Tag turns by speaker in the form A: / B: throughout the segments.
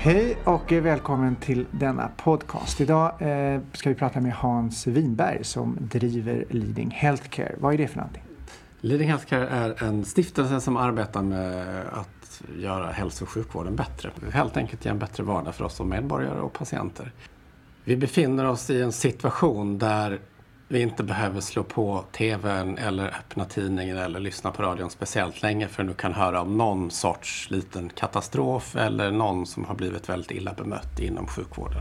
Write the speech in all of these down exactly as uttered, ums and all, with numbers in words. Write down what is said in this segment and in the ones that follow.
A: Hej och välkommen till denna podcast. Idag eh, ska vi prata med Hans Winberg som driver Leading Healthcare. Vad är det för någonting?
B: Leading Healthcare är en stiftelse som arbetar med att göra hälso- och sjukvården bättre. Helt enkelt ge en bättre vardag för oss som medborgare och patienter. Vi befinner oss i en situation där vi inte behöver slå på tvn eller öppna tidningen eller lyssna på radion speciellt länge för att nu kan höra om någon sorts liten katastrof eller någon som har blivit väldigt illa bemött inom sjukvården.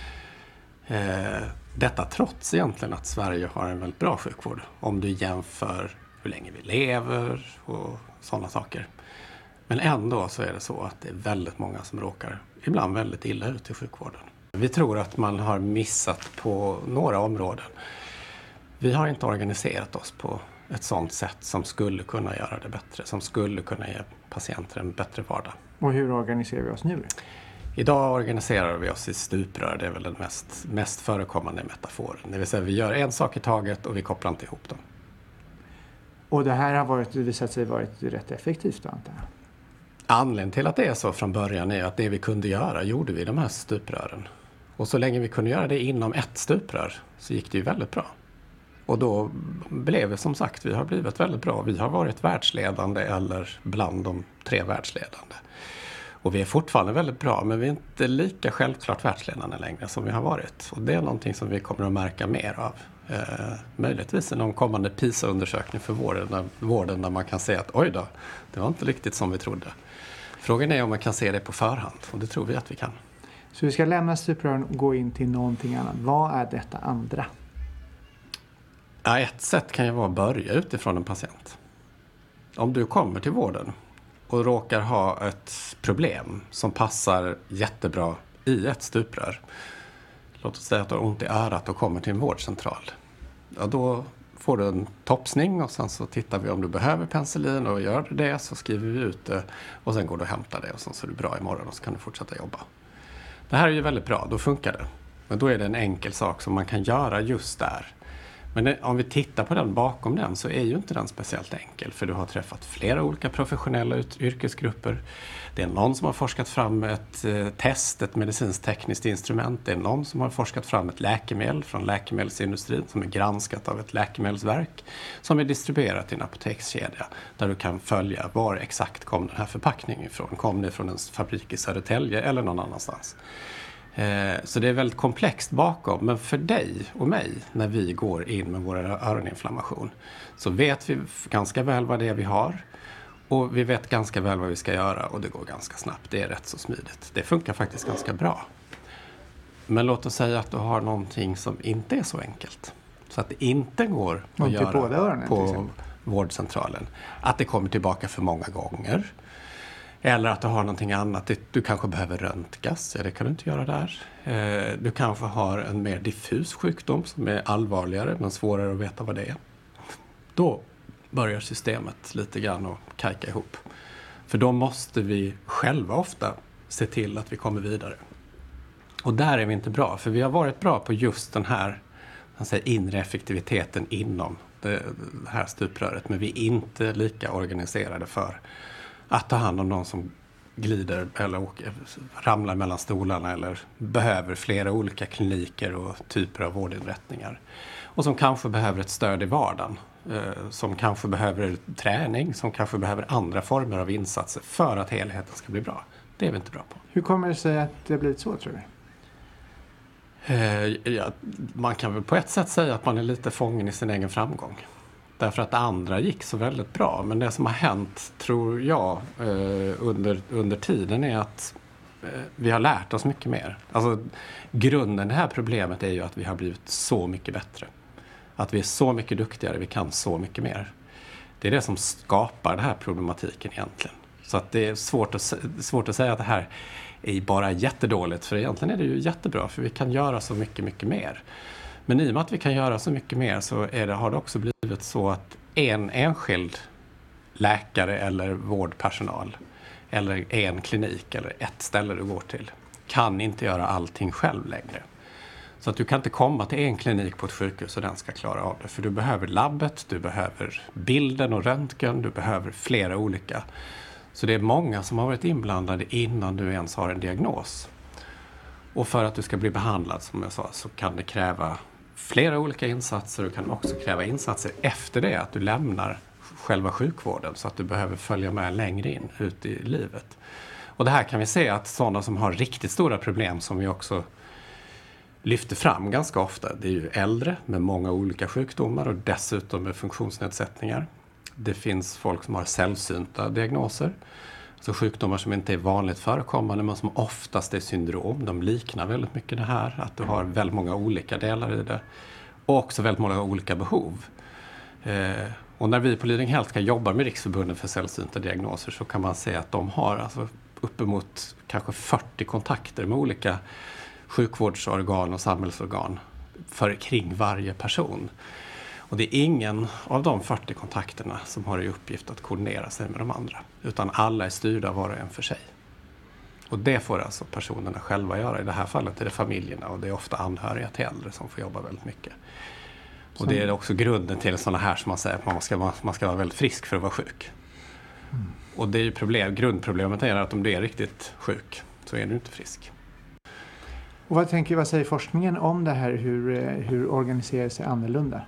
B: Eh, detta trots egentligen att Sverige har en väldigt bra sjukvård om du jämför hur länge vi lever och sådana saker. Men ändå så är det så att det är väldigt många som råkar ibland väldigt illa ut i sjukvården. Vi tror att man har missat på några områden. Vi har inte organiserat oss på ett sådant sätt som skulle kunna göra det bättre, som skulle kunna ge patienter en bättre vardag.
A: Och hur organiserar vi oss nu?
B: Idag organiserar vi oss i stuprör, det är väl den mest, mest förekommande metaforen. Det vill säga vi gör en sak i taget och vi kopplar inte ihop dem.
A: Och det här har varit, visat sig varit rätt effektivt då, antar jag.
B: Anledningen till att det är så från början är att det vi kunde göra gjorde vi i de här stuprören. Och så länge vi kunde göra det inom ett stuprör så gick det ju väldigt bra. Och då blev det som sagt, vi har blivit väldigt bra. Vi har varit världsledande eller bland de tre världsledande. Och vi är fortfarande väldigt bra, men vi är inte lika självklart världsledande längre som vi har varit. Och det är någonting som vi kommer att märka mer av. Eh, möjligtvis i någon kommande PISA-undersökning för vården där, vården där man kan säga att oj då, det var inte riktigt som vi trodde. Frågan är om man kan se det på förhand, och det tror vi att vi kan.
A: Så vi ska lämna stuprören och gå in till någonting annat. Vad är detta andra?
B: Ja, ett sätt kan ju vara att börja utifrån en patient. Om du kommer till vården och råkar ha ett problem som passar jättebra i ett stuprör. Låt oss säga att du har ont i örat och kommer till en vårdcentral. Ja, då får du en topsning och sen så tittar vi om du behöver penicillin, och gör du det så skriver vi ut det och sen går du och hämtar det och sen så är du bra imorgon och så kan du fortsätta jobba. Det här är ju väldigt bra, då funkar det. Men då är det en enkel sak som man kan göra just där. Men det, om vi tittar på den bakom den så är ju inte den speciellt enkel. För du har träffat flera olika professionella ut, yrkesgrupper. Det är någon som har forskat fram ett eh, test, ett medicinskt tekniskt instrument. Det är någon som har forskat fram ett läkemedel från läkemedelsindustrin som är granskat av ett läkemedelsverk. Som är distribuerat i en apotekskedja där du kan följa var exakt kom den här förpackningen ifrån. Kom det från en fabrik i Södertälje eller någon annanstans. Så det är väldigt komplext bakom, men för dig och mig när vi går in med vår öroninflammation så vet vi ganska väl vad det är vi har och vi vet ganska väl vad vi ska göra och det går ganska snabbt, det är rätt så smidigt. Det funkar faktiskt ganska bra. Men låt oss säga att du har någonting som inte är så enkelt. Så att det inte går att
A: Ont
B: göra
A: på, öronen,
B: på vårdcentralen. Att det kommer tillbaka för många gånger. Eller att du har någonting annat. Du kanske behöver röntgas. Ja, det kan du inte göra där. Du kanske har en mer diffus sjukdom som är allvarligare men svårare att veta vad det är. Då börjar systemet lite grann att kajka ihop. För då måste vi själva ofta se till att vi kommer vidare. Och där är vi inte bra. För vi har varit bra på just den här alltså inre effektiviteten inom det här stupröret. Men vi är inte lika organiserade för att ta hand om någon som glider eller åker, ramlar mellan stolarna eller behöver flera olika kliniker och typer av vårdinrättningar. Och som kanske behöver ett stöd i vardagen. Eh, som kanske behöver träning, som kanske behöver andra former av insatser för att helheten ska bli bra. Det är vi inte bra på.
A: Hur kommer det sig att det har blivit så, tror du?
B: Eh, ja, man kan väl på ett sätt säga att man är lite fången i sin egen framgång. Därför att det andra gick så väldigt bra. Men det som har hänt, tror jag, under, under tiden är att vi har lärt oss mycket mer. Alltså, grunden i det här problemet är ju att vi har blivit så mycket bättre. Att vi är så mycket duktigare, vi kan så mycket mer. Det är det som skapar den här problematiken egentligen. Så att det är svårt att, svårt att säga att det här är bara jättedåligt. För egentligen är det ju jättebra, för vi kan göra så mycket, mycket mer. Men i och med att vi kan göra så mycket mer så är det, har det också blivit så att en enskild läkare eller vårdpersonal eller en klinik eller ett ställe du går till kan inte göra allting själv längre. Så att du kan inte komma till en klinik på ett sjukhus och den ska klara av det. För du behöver labbet, du behöver bilden och röntgen, du behöver flera olika Så det är många som har varit inblandade innan du ens har en diagnos. Och för att du ska bli behandlad, som jag sa, så kan det kräva flera olika insatser. Du kan också kräva insatser efter det att du lämnar själva sjukvården, så att du behöver följa med längre in ut i livet. Och det här kan vi se att sådana som har riktigt stora problem, som vi också lyfter fram ganska ofta, det är ju äldre med många olika sjukdomar och dessutom med funktionsnedsättningar. Det finns folk som har sällsynta diagnoser, alltså sjukdomar som inte är vanligt förekommande men som oftast är syndrom. De liknar väldigt mycket det här, att du har väldigt många olika delar i det och också väldigt många olika behov. Eh, och när vi på Leading Healthcare jobbar med Riksförbundet för sällsynta diagnoser, så kan man se att de har alltså uppemot kanske fyrtio kontakter med olika sjukvårdsorgan och samhällsorgan för kring varje person. Och det är ingen av de fyrtio kontakterna som har i uppgift att koordinera sig med de andra, utan alla är styrda var och en för sig. Och det får alltså personerna själva göra. I det här fallet är det familjerna, och det är ofta anhöriga till äldre som får jobba väldigt mycket. Och det är också grunden till sådana här som man säger att man ska, man ska vara väldigt frisk för att vara sjuk. Mm. Och det är ju problem, grundproblemet är att om du är riktigt sjuk så är du inte frisk.
A: Och vad tänker vad säger forskningen om det här, hur, hur organiserar sig annorlunda?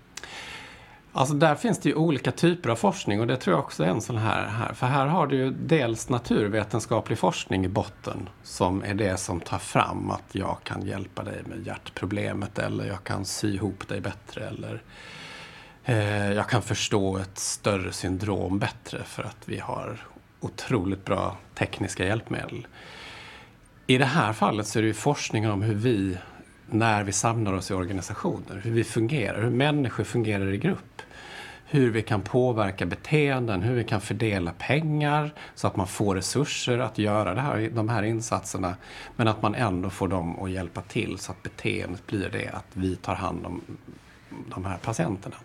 B: Alltså där finns det ju olika typer av forskning, och det tror jag också är en sån här, här. För här har du ju dels naturvetenskaplig forskning i botten, som är det som tar fram att jag kan hjälpa dig med hjärtproblemet, eller jag kan sy ihop dig bättre, eller eh, jag kan förstå ett större syndrom bättre för att vi har otroligt bra tekniska hjälpmedel. I det här fallet så är det ju forskningen om hur vi, när vi samlar oss i organisationer, hur vi fungerar, hur människor fungerar i grupp. Hur vi kan påverka beteenden, hur vi kan fördela pengar så att man får resurser att göra det här, de här insatserna. Men att man ändå får dem att hjälpa till så att beteendet blir det att vi tar hand om de här patienterna.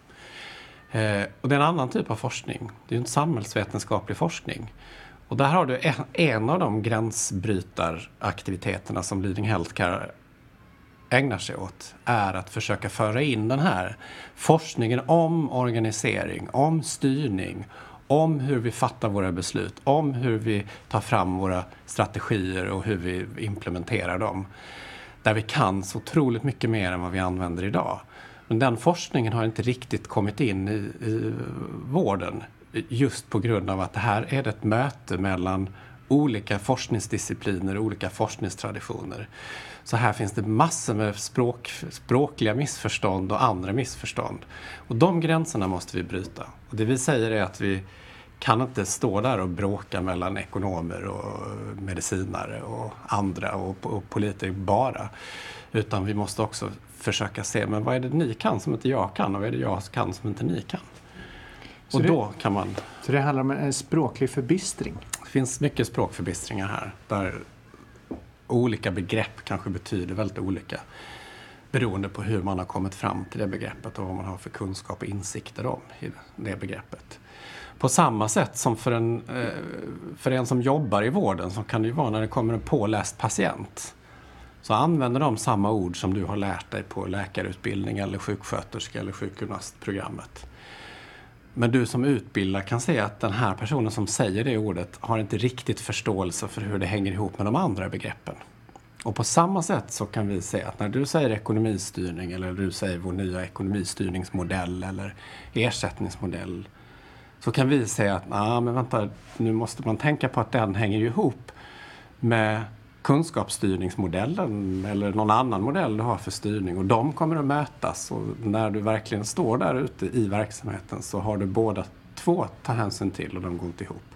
B: Eh, och det är en annan typ av forskning. Det är en samhällsvetenskaplig forskning. Och där har du en, en av de gränsbrytaraktiviteterna som Leading Healthcare ägnar sig åt, är att försöka föra in den här forskningen om organisering, om styrning, om hur vi fattar våra beslut, om hur vi tar fram våra strategier och hur vi implementerar dem. Där vi kan så otroligt mycket mer än vad vi använder idag. Men den forskningen har inte riktigt kommit in i, i vården, just på grund av att det här är ett möte mellan olika forskningsdiscipliner, olika forskningstraditioner. Så här finns det massor med språk, språkliga missförstånd och andra missförstånd. Och de gränserna måste vi bryta. Och det vi säger är att vi kan inte stå där och bråka mellan ekonomer och medicinare och andra och, och politiker bara. Utan vi måste också försöka se, men vad är det ni kan som inte jag kan, och vad är det jag kan som inte ni kan?
A: Så
B: och
A: det,
B: då kan man...
A: Så det handlar om en språklig förbistring?
B: Det finns mycket språkförbistringar här, där olika begrepp kanske betyder väldigt olika, beroende på hur man har kommit fram till det begreppet och vad man har för kunskap och insikter om i det begreppet. På samma sätt som för en, för en som jobbar i vården, så kan det ju vara när det kommer en påläst patient, så använder de samma ord som du har lärt dig på läkarutbildning eller sjuksköterska eller sjukgymnastprogrammet. Men du som utbildar kan se att den här personen som säger det ordet har inte riktigt förståelse för hur det hänger ihop med de andra begreppen. Och på samma sätt så kan vi se att när du säger ekonomistyrning, eller du säger vår nya ekonomistyrningsmodell eller ersättningsmodell, så kan vi säga att nej, men vänta, nu måste man tänka på att den hänger ihop med kunskapsstyrningsmodellen eller någon annan modell du har för styrning, och de kommer att mötas, och när du verkligen står där ute i verksamheten så har du båda två att ta hänsyn till, och de går inte ihop.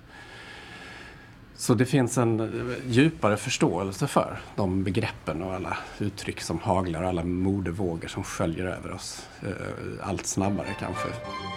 B: Så det finns en djupare förståelse för de begreppen och alla uttryck som haglar, alla modevågor som sköljer över oss allt snabbare kanske.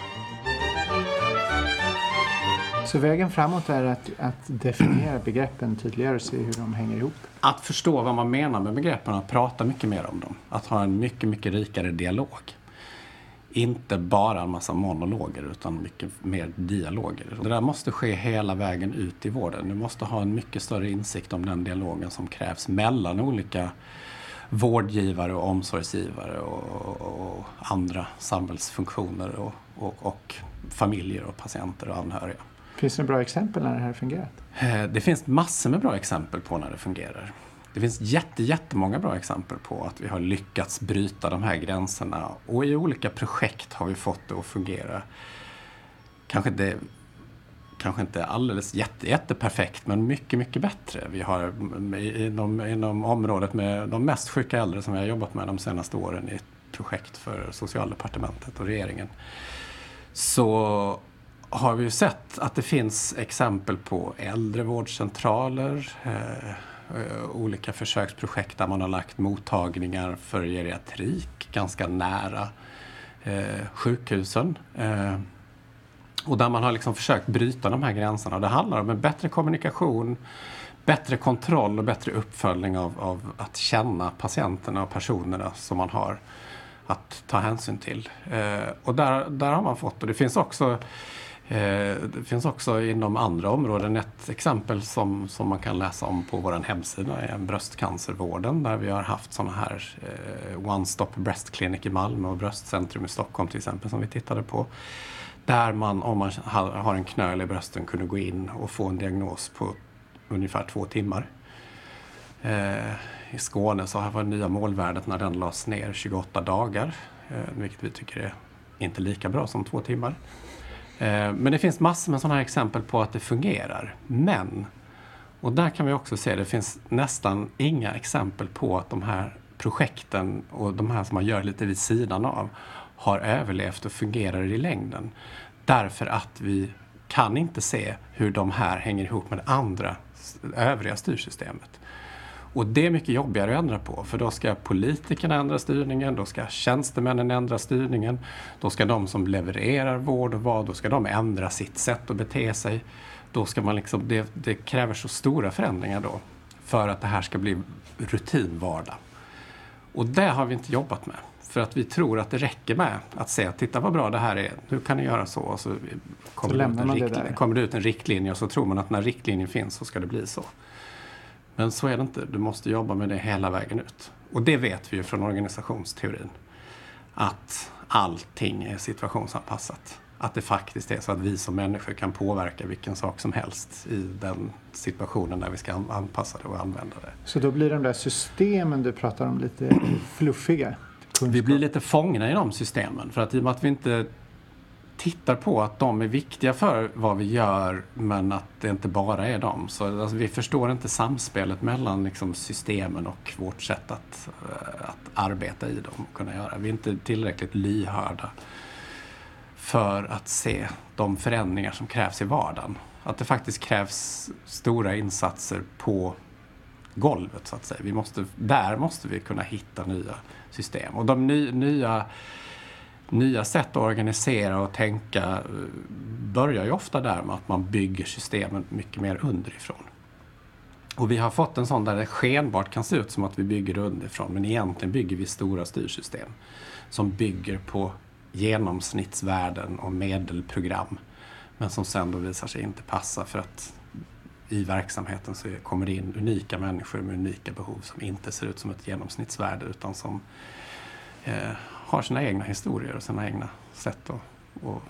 A: Så vägen framåt är att, att definiera begreppen tydligare och se hur de hänger ihop?
B: Att förstå vad man menar med begreppen och att prata mycket mer om dem. Att ha en mycket, mycket rikare dialog. Inte bara en massa monologer utan mycket mer dialoger. Det där måste ske hela vägen ut i vården. Du måste ha en mycket större insikt om den dialogen som krävs mellan olika vårdgivare och omsorgsgivare och, och andra samhällsfunktioner och, och, och familjer och patienter och anhöriga.
A: Finns det några bra exempel när det här har fungerat?
B: Det finns massor med bra exempel på när det fungerar. Det finns jätte, jättemånga bra exempel på att vi har lyckats bryta de här gränserna. Och i olika projekt har vi fått det att fungera. Kanske inte, kanske inte alldeles jätte, jätteperfekt, men mycket, mycket bättre. Vi har inom, inom området med de mest sjuka äldre som vi har jobbat med de senaste åren i ett projekt för Socialdepartementet och regeringen. Så har vi ju sett att det finns exempel på äldrevårdscentraler, eh, olika försöksprojekt där man har lagt mottagningar för geriatrik ganska nära eh, sjukhusen. Eh, och där man har liksom försökt bryta de här gränserna. Det handlar om en bättre kommunikation, bättre kontroll och bättre uppföljning av, av att känna patienterna och personerna som man har att ta hänsyn till. Eh, och där, där har man fått, och det finns också Det finns också inom andra områden ett exempel som, som man kan läsa om på vår hemsida, är bröstcancervården, där vi har haft sådana här eh, One Stop Breast Clinic i Malmö och Bröstcentrum i Stockholm till exempel som vi tittade på. Där man, om man har en knöl i brösten, kunde gå in och få en diagnos på ungefär två timmar. Eh, I Skåne så har vi nya målvärdet när den lades ner tjugoåtta dagar, eh, vilket vi tycker är inte lika bra som två timmar. Men det finns massor med sådana här exempel på att det fungerar. Men, och där kan vi också se, det finns nästan inga exempel på att de här projekten och de här som man gör lite vid sidan av har överlevt och fungerar i längden. Därför att vi kan inte se hur de här hänger ihop med det andra, övriga styrsystemet. Och det är mycket jobbigare att ändra på, för då ska politikerna ändra styrningen, då ska tjänstemännen ändra styrningen, då ska de som levererar vård och vad, då ska de ändra sitt sätt att bete sig. Då ska man liksom, det, det kräver så stora förändringar då för att det här ska bli rutinvardag. Och det har vi inte jobbat med, för att vi tror att det räcker med att säga, titta vad bra det här är, nu kan ni göra så, och så kommer, så det, ut en riktlinje, kommer det ut en riktlinje och så tror man att när riktlinjen finns så ska det bli så. Men så är det inte. Du måste jobba med det hela vägen ut. Och det vet vi ju från organisationsteorin. Att allting är situationsanpassat. Att det faktiskt är så att vi som människor kan påverka vilken sak som helst i den situationen där vi ska anpassa det och använda det.
A: Så då blir de där systemen du pratar om lite fluffiga? Kunskap.
B: Vi blir lite fångna i de systemen. För att i och med att vi inte tittar på att de är viktiga för vad vi gör, men att det inte bara är dem. Så alltså, vi förstår inte samspelet mellan liksom, systemen och vårt sätt att, att arbeta i dem och kunna göra. Vi är inte tillräckligt lyhörda för att se de förändringar som krävs i vardagen. Att det faktiskt krävs stora insatser på golvet, så att säga. Vi måste, där måste vi kunna hitta nya system. Och de ny, nya Nya sätt att organisera och tänka börjar ju ofta där med att man bygger systemen mycket mer underifrån. Och vi har fått en sån där det skenbart kan se ut som att vi bygger underifrån, men egentligen bygger vi stora styrsystem som bygger på genomsnittsvärden och medelprogram, men som sen då visar sig inte passa, för att i verksamheten så kommer det in unika människor med unika behov som inte ser ut som ett genomsnittsvärde, utan som eh, har sina egna historier och sina egna sätt att, att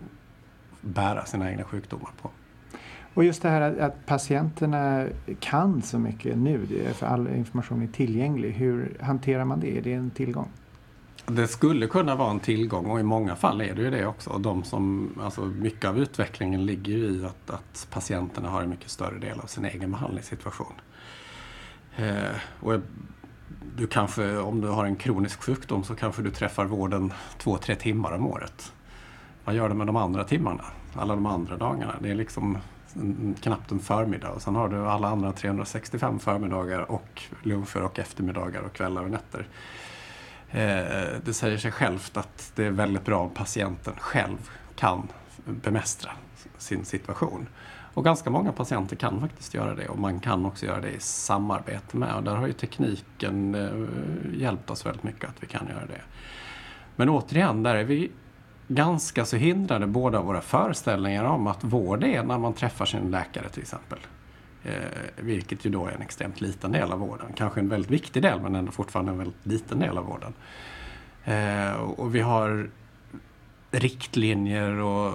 B: bära sina egna sjukdomar på.
A: Och just det här att, att patienterna kan så mycket nu, för all information är tillgänglig. Hur hanterar man det? Är det en tillgång?
B: Det skulle kunna vara en tillgång, och i många fall är det ju det också. De som, alltså mycket av utvecklingen ligger ju i att, att patienterna har en mycket större del av sin egen behandlingssituation. Eh, och du kanske, om du har en kronisk sjukdom, så kanske du träffar vården två, tre timmar om året. Vad gör du med de andra timmarna? Alla de andra dagarna? Det är liksom en, knappt en förmiddag. Och sen har du alla andra trehundrasextiofem förmiddagar och luncher och eftermiddagar och kvällar och nätter. Eh, det säger sig självt att det är väldigt bra om patienten själv kan bemästra sin situation. Och ganska många patienter kan faktiskt göra det, och man kan också göra det i samarbete med. Och där har ju tekniken eh, hjälpt oss väldigt mycket att vi kan göra det. Men återigen, där är vi ganska så hindrade båda våra föreställningar om att vård är när man träffar sin läkare till exempel. Eh, vilket ju då är en extremt liten del av vården. Kanske en väldigt viktig del, men ändå fortfarande en väldigt liten del av vården. Eh, och vi har riktlinjer och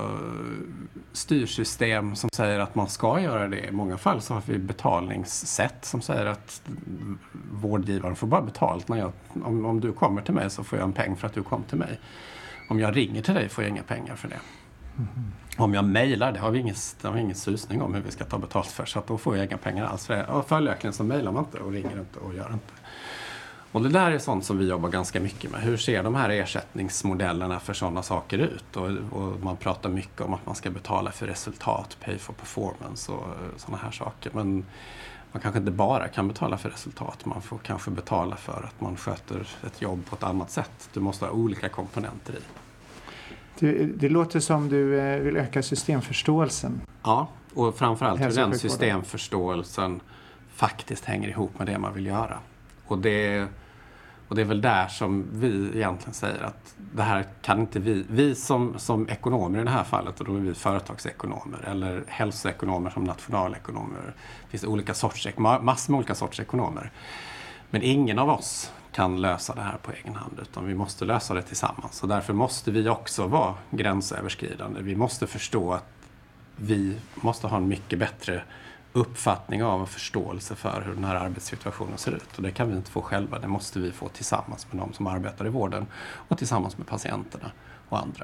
B: styrsystem som säger att man ska göra det. I många fall så har vi betalningssätt som säger att vårdgivaren får bara betalt. När jag, om, om du kommer till mig så får jag en peng för att du kom till mig. Om jag ringer till dig får jag inga pengar för det. Mm. Om jag mejlar, det har vi ingen, det har vi ingen susning om hur vi ska ta betalt för, så att då får jag inga pengar alls för det. Och följaktligen så mejlar man inte och ringer inte och gör inte. Och det där är sånt som vi jobbar ganska mycket med. Hur ser de här ersättningsmodellerna för sådana saker ut? Och, och man pratar mycket om att man ska betala för resultat, pay for performance och sådana här saker. Men man kanske inte bara kan betala för resultat. Man får kanske betala för att man sköter ett jobb på ett annat sätt. Du måste ha olika komponenter i.
A: Det, det låter som du vill öka systemförståelsen.
B: Ja, och framförallt hur den systemförståelsen faktiskt hänger ihop med det man vill göra. Och det, och det är väl där som vi egentligen säger att det här kan inte vi, vi som, som ekonomer i det här fallet, och då är vi företagsekonomer eller hälsoekonomer som nationalekonomer. Det finns olika sorts, massor med olika sorts ekonomer. Men ingen av oss kan lösa det här på egen hand, utan vi måste lösa det tillsammans. Och därför måste vi också vara gränsöverskridande. Vi måste förstå att vi måste ha en mycket bättre uppfattning av och förståelse för hur den här arbetssituationen ser ut. Och det kan vi inte få själva, det måste vi få tillsammans med de som arbetar i vården och tillsammans med patienterna och andra.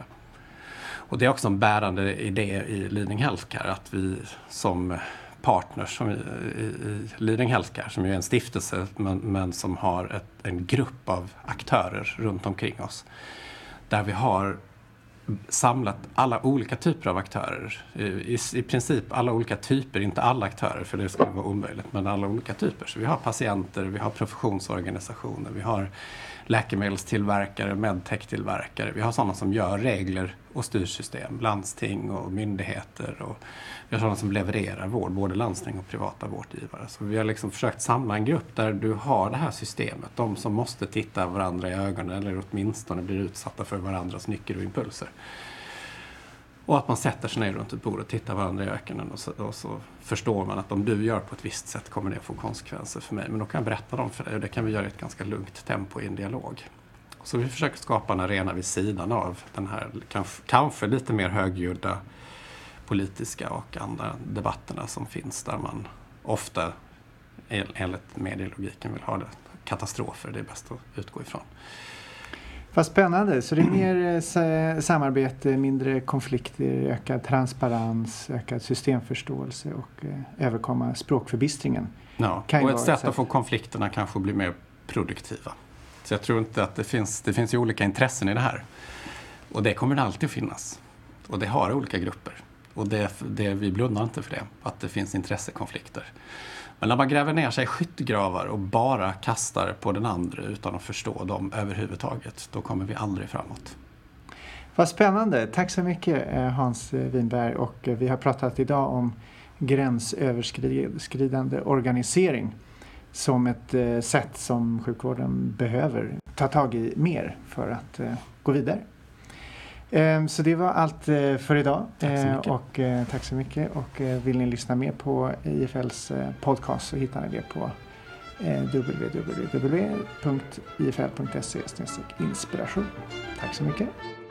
B: Och det är också en bärande idé i Leading Healthcare att vi som partners som i, i, i Leading Healthcare, som är en stiftelse men, men som har ett, en grupp av aktörer runt omkring oss, där vi har samlat alla olika typer av aktörer. I, i princip alla olika typer, inte alla aktörer för det skulle vara omöjligt, men alla olika typer. Så vi har patienter, vi har professionsorganisationer, vi har läkemedelstillverkare, medtech-tillverkare. Vi har sådana som gör regler och styrsystem, landsting och myndigheter, och vi har sådana som levererar vård, både landsting och privata vårdgivare. Så vi har liksom försökt samla en grupp där du har det här systemet, de som måste titta varandra i ögonen eller åtminstone blir utsatta för varandras nycker och impulser. Och att man sätter sig ner runt ett bord och tittar varandra i ögonen och så, och så förstår man att om du gör på ett visst sätt kommer det få konsekvenser för mig. Men då kan jag berätta dem för dig och det kan vi göra i ett ganska lugnt tempo i en dialog. Så vi försöker skapa en arena vid sidan av den här kanske, kanske lite mer högljudda politiska och andra debatterna som finns där man ofta enligt medielogiken vill ha det. Katastrofer, det är bäst att utgå ifrån.
A: Vad spännande. Så det är mer samarbete, mindre konflikter, ökad transparens, ökad systemförståelse och överkomma språkförbistringen.
B: Ja, och ett sätt att få konflikterna kanske bli mer produktiva. Så jag tror inte att det finns, det finns ju olika intressen i det här. Och det kommer det alltid att finnas. Och det har olika grupper. Och det, det, vi blundar inte för det, att det finns intressekonflikter. Men när man gräver ner sig i skyttegravar och bara kastar på den andra utan att förstå dem överhuvudtaget, då kommer vi aldrig framåt.
A: Vad spännande. Tack så mycket Hans Winberg. Och vi har pratat idag om gränsöverskridande organisering som ett sätt som sjukvården behöver ta tag i mer för att gå vidare. Så det var allt för idag.
B: Tack så mycket.
A: Och, tack så mycket. Och vill ni lyssna mer på I F L:s podcast så hittar ni det på w w w punkt i f l punkt s e slash inspiration. Tack så mycket.